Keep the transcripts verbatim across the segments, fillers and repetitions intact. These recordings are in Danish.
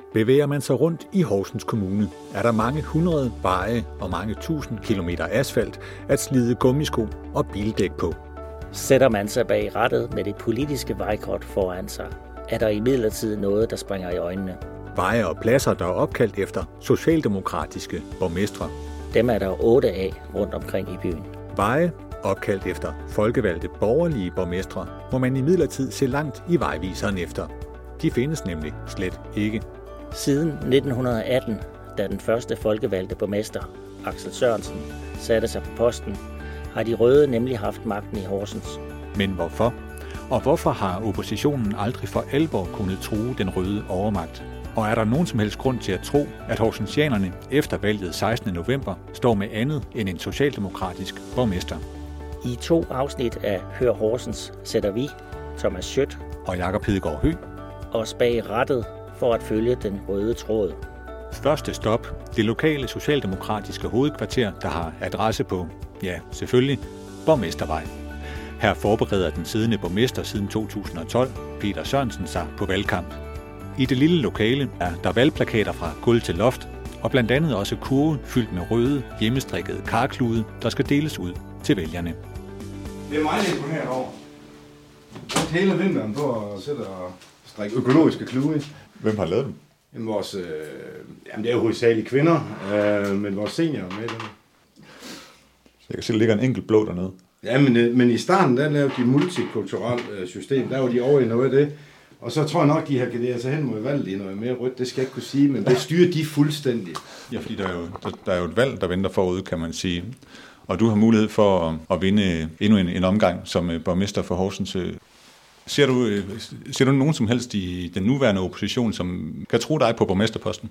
Bevæger man sig rundt i Horsens Kommune, er der mange hundrede veje og mange tusind kilometer asfalt at slide gummisko og bildæk på. Sætter man sig bag rattet med det politiske vejkort foran sig, er der imidlertid noget, der springer i øjnene. Veje og pladser, der er opkaldt efter socialdemokratiske borgmestre. Dem er der otte af rundt omkring i byen. Veje, opkaldt efter folkevalgte borgerlige borgmestre, må man imidlertid se langt i vejviseren efter. De findes nemlig slet ikke. Siden nitten atten, da den første folkevalgte borgmester, Axel Sørensen, satte sig på posten, har de røde nemlig haft magten i Horsens. Men hvorfor? Og hvorfor har oppositionen aldrig for alvor kunnet true den røde overmagt? Og er der nogen som helst grund til at tro, at horsensianerne efter valget sekstende november står med andet end en socialdemokratisk borgmester? I to afsnit af Hør Horsens sætter vi, Thomas Schødt og Jakob Hedegaard Høgh, os bag rattet for at følge den røde tråd. Første stop, det lokale socialdemokratiske hovedkvarter, der har adresse på, ja selvfølgelig, Borgmestervej. Her forbereder den siddende borgmester siden to tusind og tolv, Peter Sørensen, sig på valgkamp. I det lille lokale er der valgplakater fra gulv til loft, og blandt andet også kurve fyldt med røde, hjemmestrikkede karklude, der skal deles ud til vælgerne. Det er meget imponeret over. Brugt hele vinteren på at sætte og strikke økologiske klude. Hvem har lavet dem? Jamen, vores, øh, jamen det er jo hovedsageligt kvinder, øh, men vores seniorer med dem. Jeg kan se, der ligger en enkelt blå dernede. Ja, men, men i starten, der lavede de multikulturelt system, der var de over i noget af det. Og så tror jeg nok, de har givet sig hen mod valget i noget mere rødt. Det skal jeg ikke kunne sige, men det styrer de fuldstændig. Ja, fordi der er, jo, der, der er jo et valg, der venter forude, kan man sige. Og du har mulighed for at, at vinde endnu en, en omgang som borgmester for Horsens. Ser du, ser du nogen som helst i den nuværende opposition, som kan tro dig på borgmesterposten?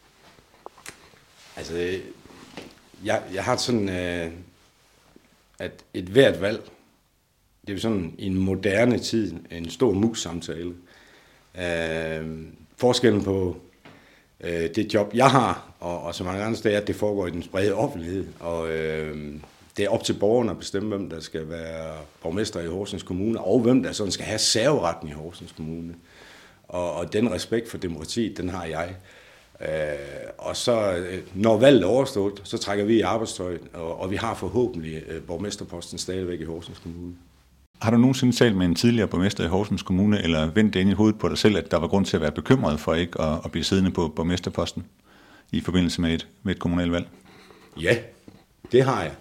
Altså, jeg, jeg har sådan, øh, at et hvert valg, det er jo sådan i en moderne tid en stor mus-samtale. Øh, forskellen på øh, det job, jeg har, og, og så mange andre steder, at det foregår i den brede offentlighed. Og øh, det er op til borgerne at bestemme, hvem der skal være borgmester i Horsens Kommune, og hvem der sådan skal have serveretten i Horsens Kommune. Og, og den respekt for demokratiet, den har jeg. Øh, og så, når valget er overstået, så trækker vi i arbejdstøjet, og, og vi har forhåbentlig øh, borgmesterposten stadigvæk i Horsens Kommune. Har du nogensinde talt med en tidligere borgmester i Horsens Kommune, eller vendt det ind i hovedet på dig selv, at der var grund til at være bekymret for ikke at, at blive siddende på borgmesterposten i forbindelse med et, med et kommunalvalg? Ja, det har jeg.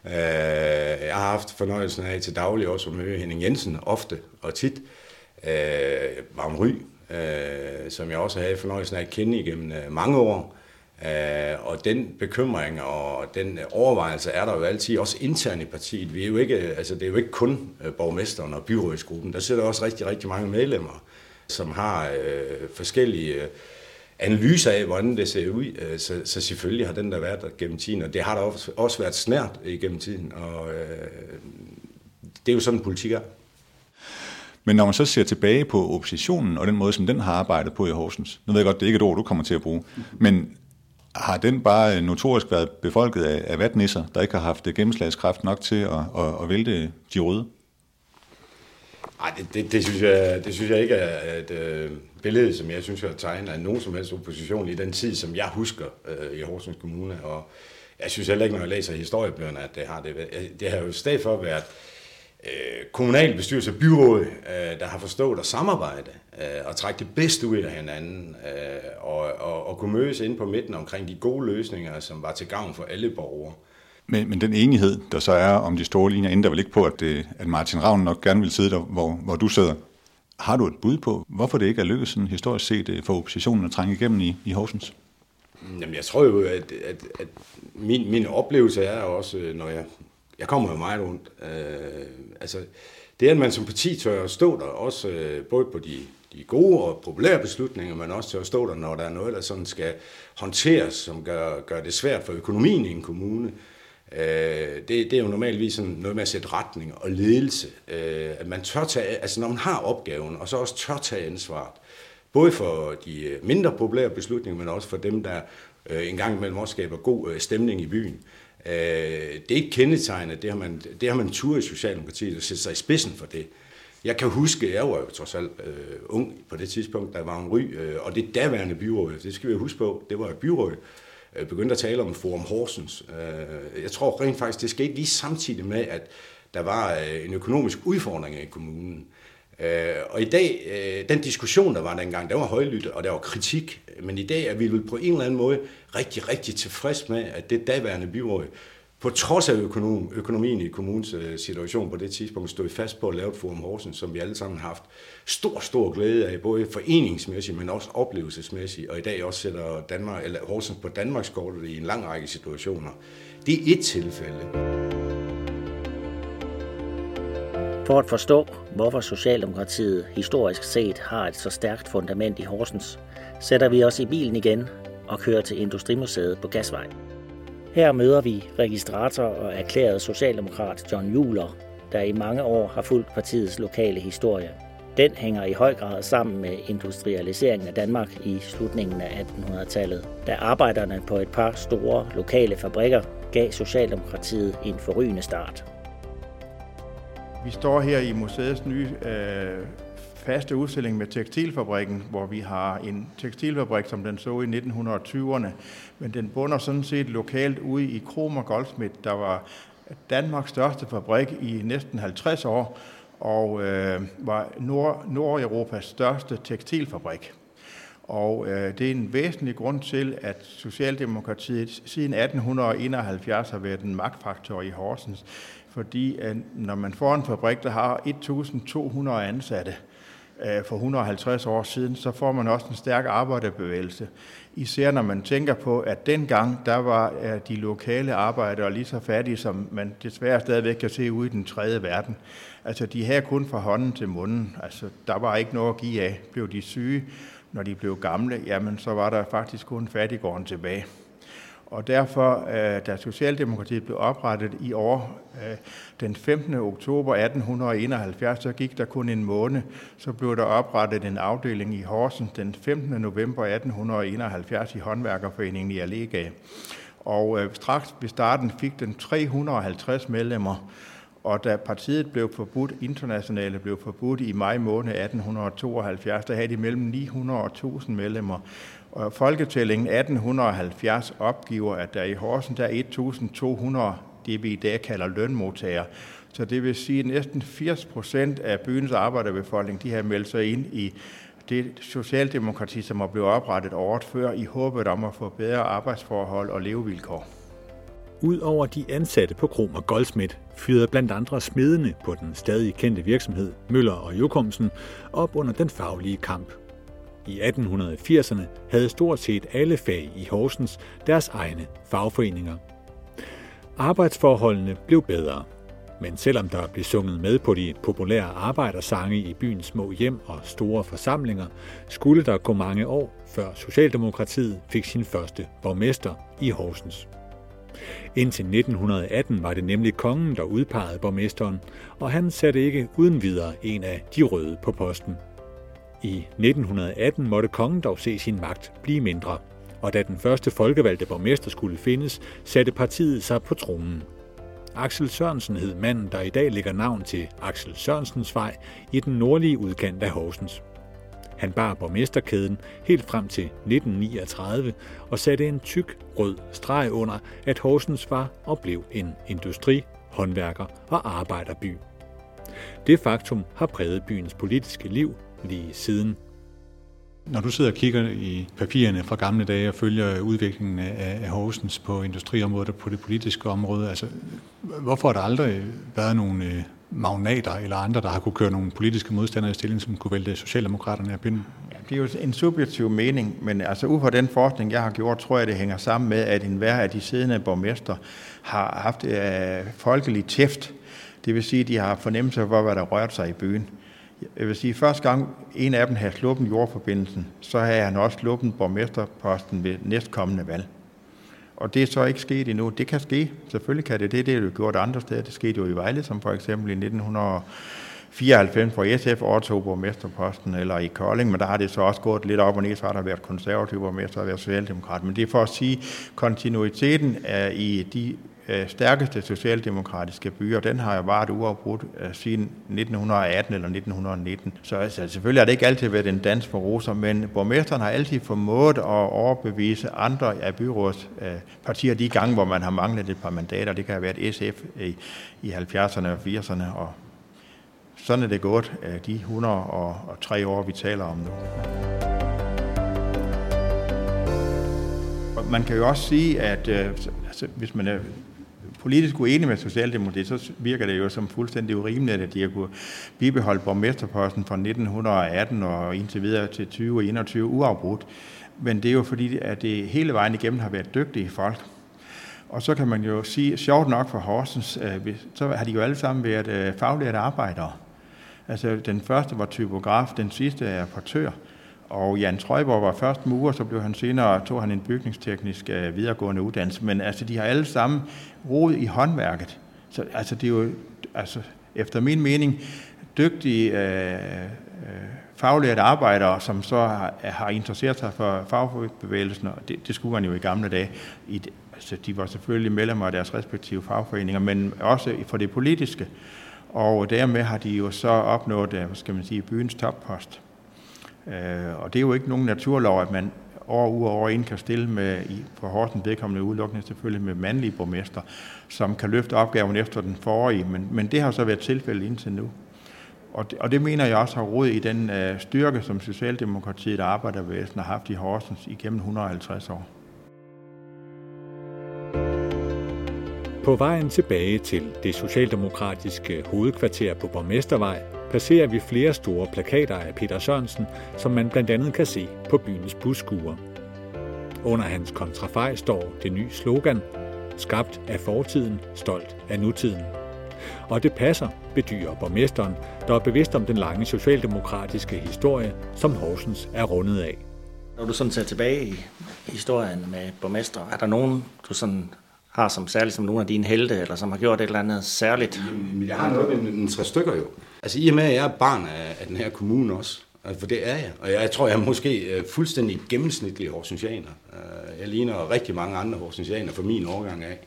Jeg har haft fornøjelsen af til daglig også at møde Henning Jensen ofte og tit. Vagn Ry, som jeg også havde fornøjelsen af at kende igennem mange år. Og den bekymring og den overvejelse er der jo altid, også internt i partiet. Vi er jo ikke, altså det er jo ikke kun borgmesteren og byrådsgruppen. Der sidder også rigtig, rigtig mange medlemmer, som har øh, forskellige analyser af, hvordan det ser ud. Så, så selvfølgelig har den der været der gennem tiden, og det har der også, også været snært gennem tiden. Og øh, det er jo sådan, politik er. Men når man så ser tilbage på oppositionen og den måde, som den har arbejdet på i Horsens, nu ved jeg godt, det er ikke et ord, du kommer til at bruge, men har den bare notorisk været befolket af, af vatnisser, der ikke har haft gennemslagskraft nok til at, at, at vælte de røde? Nej, det, det, det, synes jeg, det synes jeg ikke er et øh, billede, som jeg synes, jeg tegner af nogen som helst opposition i den tid, som jeg husker øh, i Horsens Kommune. Og jeg synes heller ikke, når jeg læser historiebøgerne, at det har det været. Det har jo i stedet for været øh, kommunalbestyrelse og byråd, øh, der har forstået at samarbejde øh, og trække det bedste ud af hinanden øh, og, og, og kunne mødes inde på midten omkring de gode løsninger, som var til gavn for alle borgere. Men, men den enighed, der så er om de store linjer, ændrer vel ikke på, at, det, at Martin Ravn nok gerne vil sidde der, hvor, hvor du sidder. Har du et bud på, hvorfor det ikke er lykkedes sådan historisk set for oppositionen at trænge igennem i, i Horsens? Jamen, jeg tror jo, at, at, at min, min oplevelse er også, når jeg, jeg kommer jo meget rundt, øh, altså det er, at man som parti tør at stå der, også øh, både på de, de gode og populære beslutninger, men også tør at stå der, når der er noget, der sådan skal håndteres, som gør, gør det svært for økonomien i en kommune. Det, det er jo normalvis sådan noget med at sætte retning og ledelse, at man tør tage, altså når man har opgaven, og så også tør tage ansvaret, både for de mindre populære beslutninger, men også for dem, der en gang imellem også skaber god stemning i byen. Det er ikke kendetegnet, det har man, det har man tur i Socialdemokratiet at sætte sig i spidsen for det. Jeg kan huske, jeg var jo trods alt øh, ung på det tidspunkt, der var en ry, øh, og det daværende byråd, det skal vi jo huske på, det var et byråd, øh, begyndte at tale om Forum Horsens. Øh, jeg tror rent faktisk, det skete lige samtidig med, at der var øh, en økonomisk udfordring i kommunen. Øh, og i dag, øh, den diskussion, der var dengang, der var højlydt, og der var kritik, men i dag er vi vel på en eller anden måde rigtig, rigtig tilfreds med, at det daværende byråd, på trods af økonom, økonomien i kommunens øh, situation på det tidspunkt, stod fast på at lave et Forum Horsens, som vi alle sammen har haft stor, stor glæde af, både foreningsmæssigt, men også oplevelsesmæssigt, og i dag også sætter Danmark, eller Horsens på Danmarkskortet i en lang række situationer. Det er et tilfælde. For at forstå, hvorfor Socialdemokratiet historisk set har et så stærkt fundament i Horsens, sætter vi os i bilen igen og kører til Industrimuseet på Gasvej. Her møder vi registrator og erklæret socialdemokrat John Juler, der i mange år har fulgt partiets lokale historie. Den hænger i høj grad sammen med industrialiseringen af Danmark i slutningen af attenhundredetallet, da arbejderne på et par store lokale fabrikker gav Socialdemokratiet en forrygende start. Vi står her i museets nye øh, faste udstilling med tekstilfabrikken, hvor vi har en tekstilfabrik, som den så i nitten tyverne, men den bunder sådan set lokalt ude i Kromer Goldsmith, der var Danmarks største fabrik i næsten halvtreds år, og øh, var Nord- Nordeuropas største tekstilfabrik. Og øh, det er en væsentlig grund til, at Socialdemokratiet siden atten enoghalvfjerds har været en magtfaktor i Horsens, fordi at når man får en fabrik, der har et tusind to hundrede ansatte øh, for et hundrede og halvtreds år siden, så får man også en stærk arbejderbevægelse. Især når man tænker på, at dengang der var øh, de lokale arbejdere lige så fattige, som man desværre stadigvæk kan se ude i den tredje verden. Altså de havde kun fra hånden til munden. Altså der var ikke noget at give af. Blev de syge, når de blev gamle, jamen så var der faktisk kun fattiggården tilbage. Og derfor, da Socialdemokratiet blev oprettet i år, den femtende oktober atten enoghalvfjerds, så gik der kun en måned, så blev der oprettet en afdeling i Horsens den femtende november atten enoghalvfjerds i Håndværkerforeningen i Allegade. Og straks ved starten fik den tre hundrede og halvtreds medlemmer, og da partiet blev forbudt, internationale blev forbudt i maj måned atten tooghalvfjerds, der havde de mellem ni hundrede og tusind medlemmer. Og folketællingen atten halvfjerds opgiver, at der i Horsens der er et tusind to hundrede, det vi i dag kalder lønmodtagere. Så det vil sige, at næsten firs procent af byens arbejderbefolkning, de har meldt sig ind i det socialdemokrati, som er blevet oprettet året før, i håbet om at få bedre arbejdsforhold og levevilkår. Udover de ansatte på Kromer Goldsmith fyrede blandt andre smedene på den stadig kendte virksomhed Møller og Jokumsen op under den faglige kamp. I atten firserne havde stort set alle fag i Horsens deres egne fagforeninger. Arbejdsforholdene blev bedre, men selvom der blev sunget med på de populære arbejdersange i byens små hjem og store forsamlinger, skulle der gå mange år, før Socialdemokratiet fik sin første borgmester i Horsens. Indtil nitten atten var det nemlig kongen, der udpegede borgmesteren, og han satte ikke uden videre en af de røde på posten. I nitten atten måtte kongen dog se sin magt blive mindre, og da den første folkevalgte borgmester skulle findes, satte partiet sig på tronen. Axel Sørensen hed manden, der i dag lægger navn til Axel Sørensens Vej i den nordlige udkant af Horsens. Han bar borgmesterkæden helt frem til nitten niogtredive og satte en tyk rød streg under, at Horsens var og blev en industri-, håndværker- og arbejderby. Det faktum har præget byens politiske liv lige siden. Når du sidder og kigger i papirerne fra gamle dage og følger udviklingen af Horsens på industriområdet og på det politiske område, altså, hvorfor har der aldrig været nogle magnater eller andre, der har kunne køre nogle politiske modstandere i stilling, som kunne vælge Socialdemokraterne af pinden? Ja, det er jo en subjektiv mening, men altså ud fra den forskning, jeg har gjort, tror jeg, det hænger sammen med, at enhver af de siddende borgmester har haft øh, folkelig tæft. Det vil sige, at de har fornemmelse for, hvad der rørte sig i byen. Jeg vil sige, at første gang en af dem havde sluppet jordforbindelsen, så havde han også sluppet borgmesterposten ved næstkommende valg. Og det er så ikke sket endnu. Det kan ske. Selvfølgelig kan det det. Det er jo gjort andre steder. Det skete jo i Vejle, som for eksempel i nitten fireoghalvfems, hvor S F overtog borgmesterposten, eller i Kolding, men der har det så også gået lidt op og ned, så har der været konservative borgmester og været socialdemokrat. Men det er for at sige, kontinuiteten er i de stærkeste socialdemokratiske byer, den har jo varet uafbrudt siden nitten atten eller nitten nitten. Så altså, selvfølgelig har det ikke altid været en dans for roser, men borgmesteren har altid formået at overbevise andre af byrådspartier de gange, hvor man har manglet et par mandater. Det kan have været S F i, i halvfjerdserne og firserne, og sådan er det gået de hundrede og tre år, vi taler om nu. Man kan jo også sige, at altså, hvis man er politisk uenig med Socialdemokratiet, så virker det jo som fuldstændig urimeligt, at de har kunnet bibeholde borgmesterposten fra nitten atten og indtil videre til tyve enogtyve uafbrudt. Men det er jo fordi, at det hele vejen igennem har været dygtige folk. Og så kan man jo sige, sjovt nok for Horsens, så har de jo alle sammen været faglærte arbejdere. Altså den første var typograf, den sidste er portør. Og Jan Trøjborg var først murer, så blev han senere, tog han en bygningsteknisk uh, videregående uddannelse. Men altså, de har alle sammen rod i håndværket. Så altså, det er jo, altså, efter min mening, dygtige uh, uh, faglærte arbejdere, som så har, har interesseret sig for fagbevægelsen, og det, det skulle man jo i gamle dage. I, altså, de var selvfølgelig medlemmer af deres respektive fagforeninger, men også for det politiske. Og dermed har de jo så opnået, hvad skal man sige, byens toppost. Uh, og det er jo ikke nogen naturlov, at man år ud og år ind kan stille med, i, for Horsens vedkommende udelukkende selvfølgelig med mandlige borgmester, som kan løfte opgaven efter den forrige, men, men det har så været tilfældet indtil nu. Og det, og det mener jeg også har rod i den uh, styrke, som Socialdemokratiet og Arbejderbevægelsen har haft i Horsens igennem et hundrede og halvtreds år. På vejen tilbage til det socialdemokratiske hovedkvarter på Borgmestervej passerer vi flere store plakater af Peter Sørensen, som man blandt andet kan se på byens busskuer. Under hans kontrafej står det nye slogan, skabt af fortiden, stolt af nutiden. Og det passer, bedyrer borgmesteren, der er bevidst om den lange socialdemokratiske historie, som Horsens er rundet af. Når du sådan ser tilbage i historien med borgmester, er der nogen, du sådan har som særligt som nogle af dine helte, eller som har gjort et eller andet særligt? Jeg har noget med en tre stykker jo. Altså i og med, at jeg er barn af, af den her kommune også, altså, for det er jeg. Og jeg tror, jeg er måske fuldstændig gennemsnitlig horsensianer. Jeg ligner rigtig mange andre horsensianer fra min årgang af.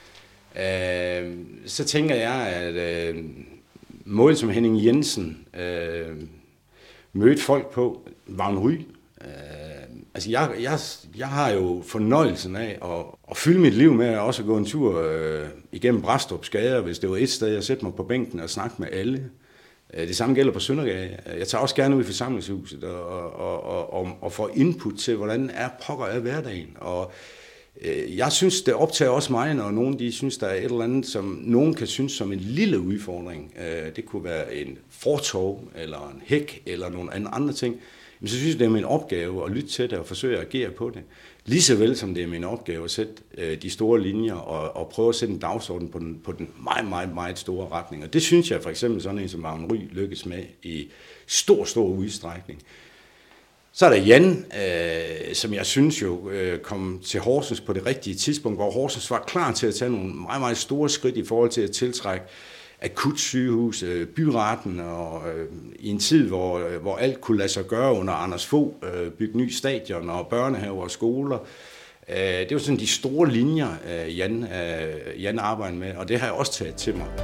Så tænker jeg, at måden som Henning Jensen mødte folk på, var en ry. Altså, jeg, jeg, jeg har jo fornøjelsen af at, at fylde mit liv med at også gå en tur øh, igennem Brastrups gader, hvis det var et sted, jeg sætter mig på bænken og snakker med alle. Det samme gælder på Søndergade. Jeg tager også gerne ud i forsamlingshuset og, og, og, og, og får input til, hvordan er pokker af hverdagen. Og øh, jeg synes, det optager også mig, når nogen de synes, der er et eller andet, som nogen kan synes som en lille udfordring. Øh, det kunne være en fortov, eller en hæk, eller nogle andre ting. Men så synes jeg, det er min opgave at lytte til det og forsøge at agere på det. Lige så vel som det er min opgave at sætte øh, de store linjer og, og prøve at sætte en dagsorden på den, på den meget, meget, meget store retning. Og det synes jeg for eksempel sådan en som Vagn Ry lykkes med i stor, stor udstrækning. Så er der Jan, øh, som jeg synes jo øh, kom til Horsens på det rigtige tidspunkt, hvor Horsens var klar til at tage nogle meget, meget store skridt i forhold til at tiltrække akutsygehus, byretten, og øh, i en tid, hvor, hvor alt kunne lade sig gøre under Anders Fogh, øh, bygge ny stadion og børnehaver og skoler. Øh, det var sådan de store linjer, øh, Jan, øh, Jan arbejder med, og det har jeg også taget til mig.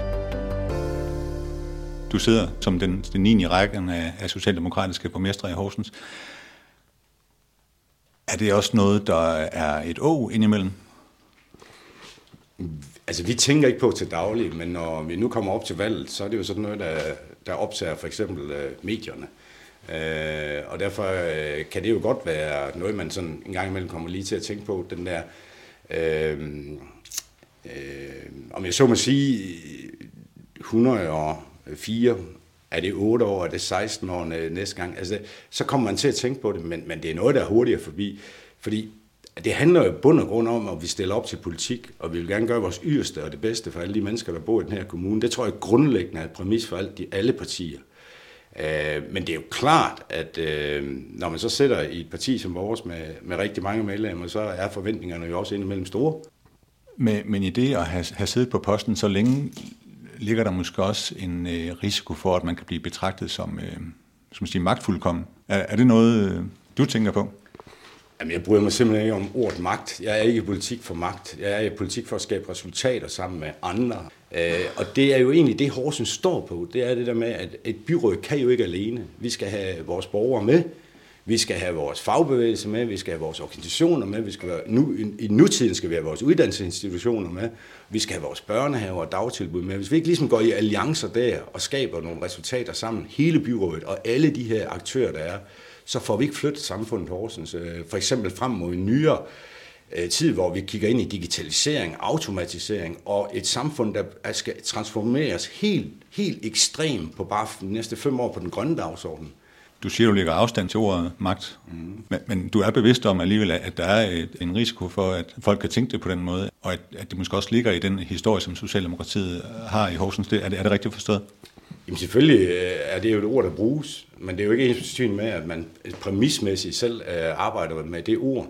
Du sidder som den, den niende i rækken af, af socialdemokratiske borgmestre i Horsens. Er det også noget, der er et å indimellem? Altså, vi tænker ikke på til daglig, men når vi nu kommer op til valget, så er det jo sådan noget, der, der optager for eksempel øh, medierne. Øh, og derfor øh, kan det jo godt være noget, man sådan en gang imellem kommer lige til at tænke på. Den der, øh, øh, om jeg så må sige, et hundrede og fire, er det otte år, er det seksten år næste gang. Altså, så kommer man til at tænke på det, men, men det er noget, der er hurtigere forbi. Fordi det handler jo bund og grund om, at vi stiller op til politik, og vi vil gerne gøre vores yderste og det bedste for alle de mennesker, der bor i den her kommune. Det tror jeg grundlæggende er et præmis for alle, de, alle partier. Øh, men det er jo klart, at øh, når man så sætter i et parti som vores med, med rigtig mange medlemmer, så er forventningerne jo også indimellem store. Men, men i det at have, have siddet på posten så længe, ligger der måske også en øh, risiko for, at man kan blive betragtet som, øh, som sige, magtfuldkommen. Er, er det noget, øh, du tænker på? Jamen, jeg bryder mig simpelthen ikke om ordet magt. Jeg er ikke i politik for magt. Jeg er i politik for at skabe resultater sammen med andre. Øh, og det er jo egentlig det, Horsens står på. Det er det der med, at et byråd kan jo ikke alene. Vi skal have vores borgere med. Vi skal have vores fagbevægelse med, vi skal have vores organisationer med, vi skal være, nu, i nutiden skal vi have vores uddannelsesinstitutioner med, vi skal have vores børnehaver og dagtilbud med. Hvis vi ikke ligesom går i alliancer der og skaber nogle resultater sammen, hele byrådet og alle de her aktører, der er, så får vi ikke flyttet samfundet på Horsens. For eksempel frem mod en nyere tid, hvor vi kigger ind i digitalisering, automatisering og et samfund, der skal transformeres helt, helt ekstremt på bare de næste fem år på den grønne dagsorden. Du siger, du lægger afstand til ordet magt, mm. men, men du er bevidst om alligevel, at der er et, en risiko for, at folk kan tænke det på den måde, og at, at det måske også ligger i den historie, som Socialdemokratiet har i Horsens. Det, er, det, er det rigtigt forstået? Jamen selvfølgelig er det jo et ord, der bruges, men det er jo ikke ensbetydende med, at man præmismæssigt selv arbejder med det ord.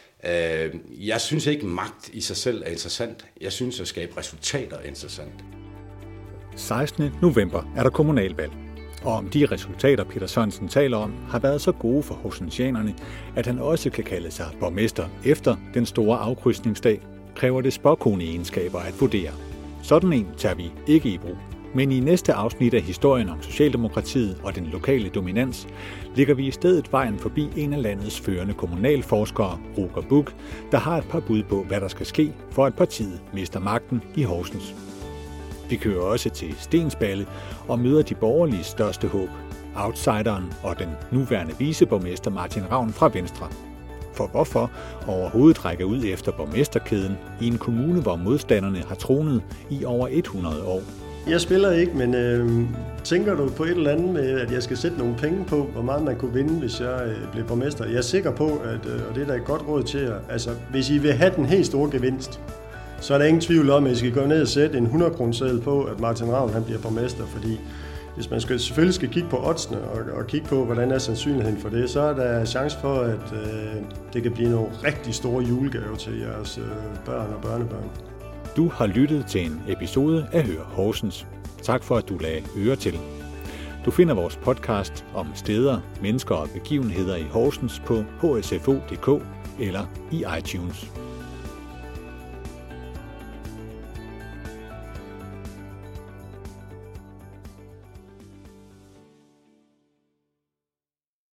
Jeg synes ikke, magt i sig selv er interessant. Jeg synes, at skabe resultater er interessant. sekstende november er der kommunalvalg. Og om de resultater, Peter Sørensen taler om, har været så gode for horsensjanerne, at han også kan kalde sig borgmester efter den store afkrydsningsdag, kræver det spåkone-egenskaber at vurdere. Sådan en tager vi ikke i brug. Men i næste afsnit af historien om Socialdemokratiet og den lokale dominans, ligger vi i stedet vejen forbi en af landets førende kommunalforskere, Roger Buch, der har et par bud på, hvad der skal ske, for at partiet mister magten i Horsens. Vi kører også til Stensballe og møder de borgerlige største håb, outsideren og den nuværende viceborgmester Martin Ravn fra Venstre. For hvorfor overhovedet række ud efter borgmesterkæden i en kommune, hvor modstanderne har tronet i over hundrede år? Jeg spiller ikke, men øh, tænker du på et eller andet med, at jeg skal sætte nogle penge på, hvor meget man kunne vinde, hvis jeg øh, blev borgmester? Jeg er sikker på, at, øh, og det er da et godt råd til jer, altså hvis I vil have den helt store gevinst, så er der ingen tvivl om, at I skal gå ned og sætte en hundrede kroner seddel på, at Martin Ravn han bliver borgmester, fordi hvis man skal, selvfølgelig skal kigge på oddsene og, og kigge på, hvordan er sandsynligheden for det, så er der chance for, at øh, det kan blive nogle rigtig store julegaver til jeres øh, børn og børnebørn. Du har lyttet til en episode af Hør Horsens. Tak for, at du lagde øre til. Du finder vores podcast om steder, mennesker og begivenheder i Horsens på h s f o punktum d k eller i iTunes.